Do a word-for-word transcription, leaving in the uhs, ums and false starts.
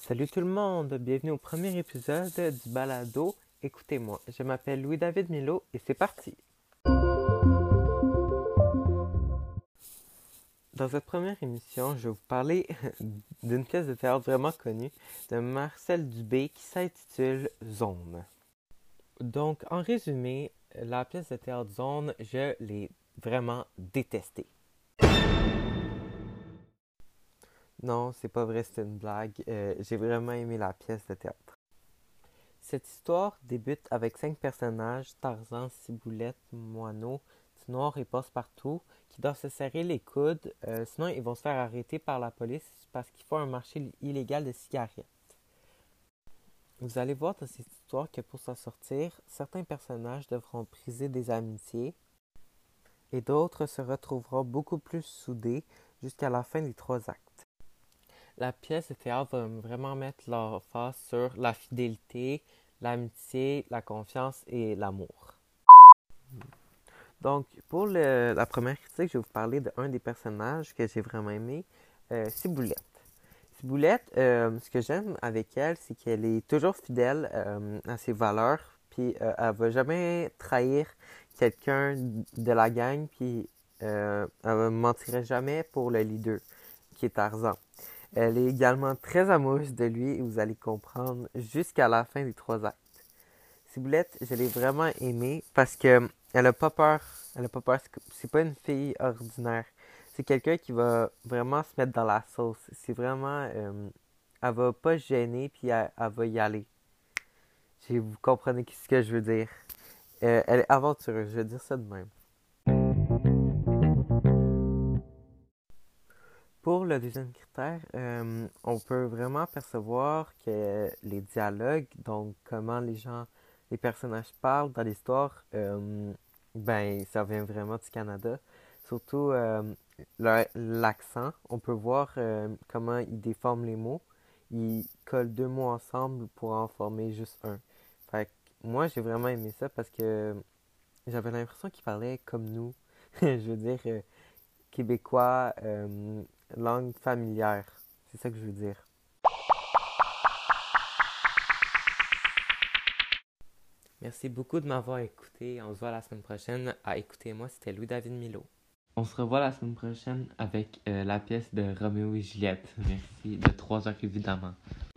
Salut tout le monde, bienvenue au premier épisode du balado Écoutez-moi. Je m'appelle Louis-David Milo et c'est parti! Dans cette première émission, je vais vous parler d'une pièce de théâtre vraiment connue de Marcel Dubé qui s'intitule Zone. Donc, en résumé, la pièce de théâtre Zone, je l'ai vraiment détestée. Non, c'est pas vrai, c'est une blague. Euh, j'ai vraiment aimé la pièce de théâtre. Cette histoire débute avec cinq personnages, Tarzan, Ciboulette, Moineau, Tinoir et Passe-Partout, qui doivent se serrer les coudes, euh, sinon ils vont se faire arrêter par la police parce qu'ils font un marché illégal de cigarettes. Vous allez voir dans cette histoire que pour s'en sortir, certains personnages devront briser des amitiés et d'autres se retrouveront beaucoup plus soudés jusqu'à la fin des trois actes. La pièce de théâtre va vraiment mettre l'emphase sur la fidélité, l'amitié, la confiance et l'amour. Donc, pour le, la première critique, je vais vous parler d'un des personnages que j'ai vraiment aimé, euh, Ciboulette. Ciboulette, euh, ce que j'aime avec elle, c'est qu'elle est toujours fidèle euh, à ses valeurs, puis euh, elle va jamais trahir quelqu'un de la gang, puis euh, elle ne mentirait jamais pour le leader, qui est Tarzan. Elle est également très amoureuse de lui et vous allez comprendre jusqu'à la fin des trois actes. Ciboulette, je l'ai vraiment aimée parce que elle a pas peur. Elle a pas peur. C'est pas une fille ordinaire. C'est quelqu'un qui va vraiment se mettre dans la sauce. C'est vraiment, euh, elle va pas se gêner puis elle, elle va y aller. Si vous comprenez ce que je veux dire. Euh, elle est aventureuse. Je vais dire ça de même. Pour le deuxième critère, euh, on peut vraiment percevoir que les dialogues, donc comment les gens, les personnages parlent dans l'histoire, euh, ben ça vient vraiment du Canada. Surtout euh, l'accent, on peut voir euh, comment ils déforment les mots. Ils collent deux mots ensemble pour en former juste un. Fait que moi, j'ai vraiment aimé ça parce que j'avais l'impression qu'ils parlaient comme nous. Je veux dire, euh, québécois, euh, langue familière. C'est ça que je veux dire. Merci beaucoup de m'avoir écouté. On se voit la semaine prochaine. À écouter moi, c'était Louis-David Milo. On se revoit la semaine prochaine avec euh, la pièce de Roméo et Juliette. Merci. De trois heures évidemment.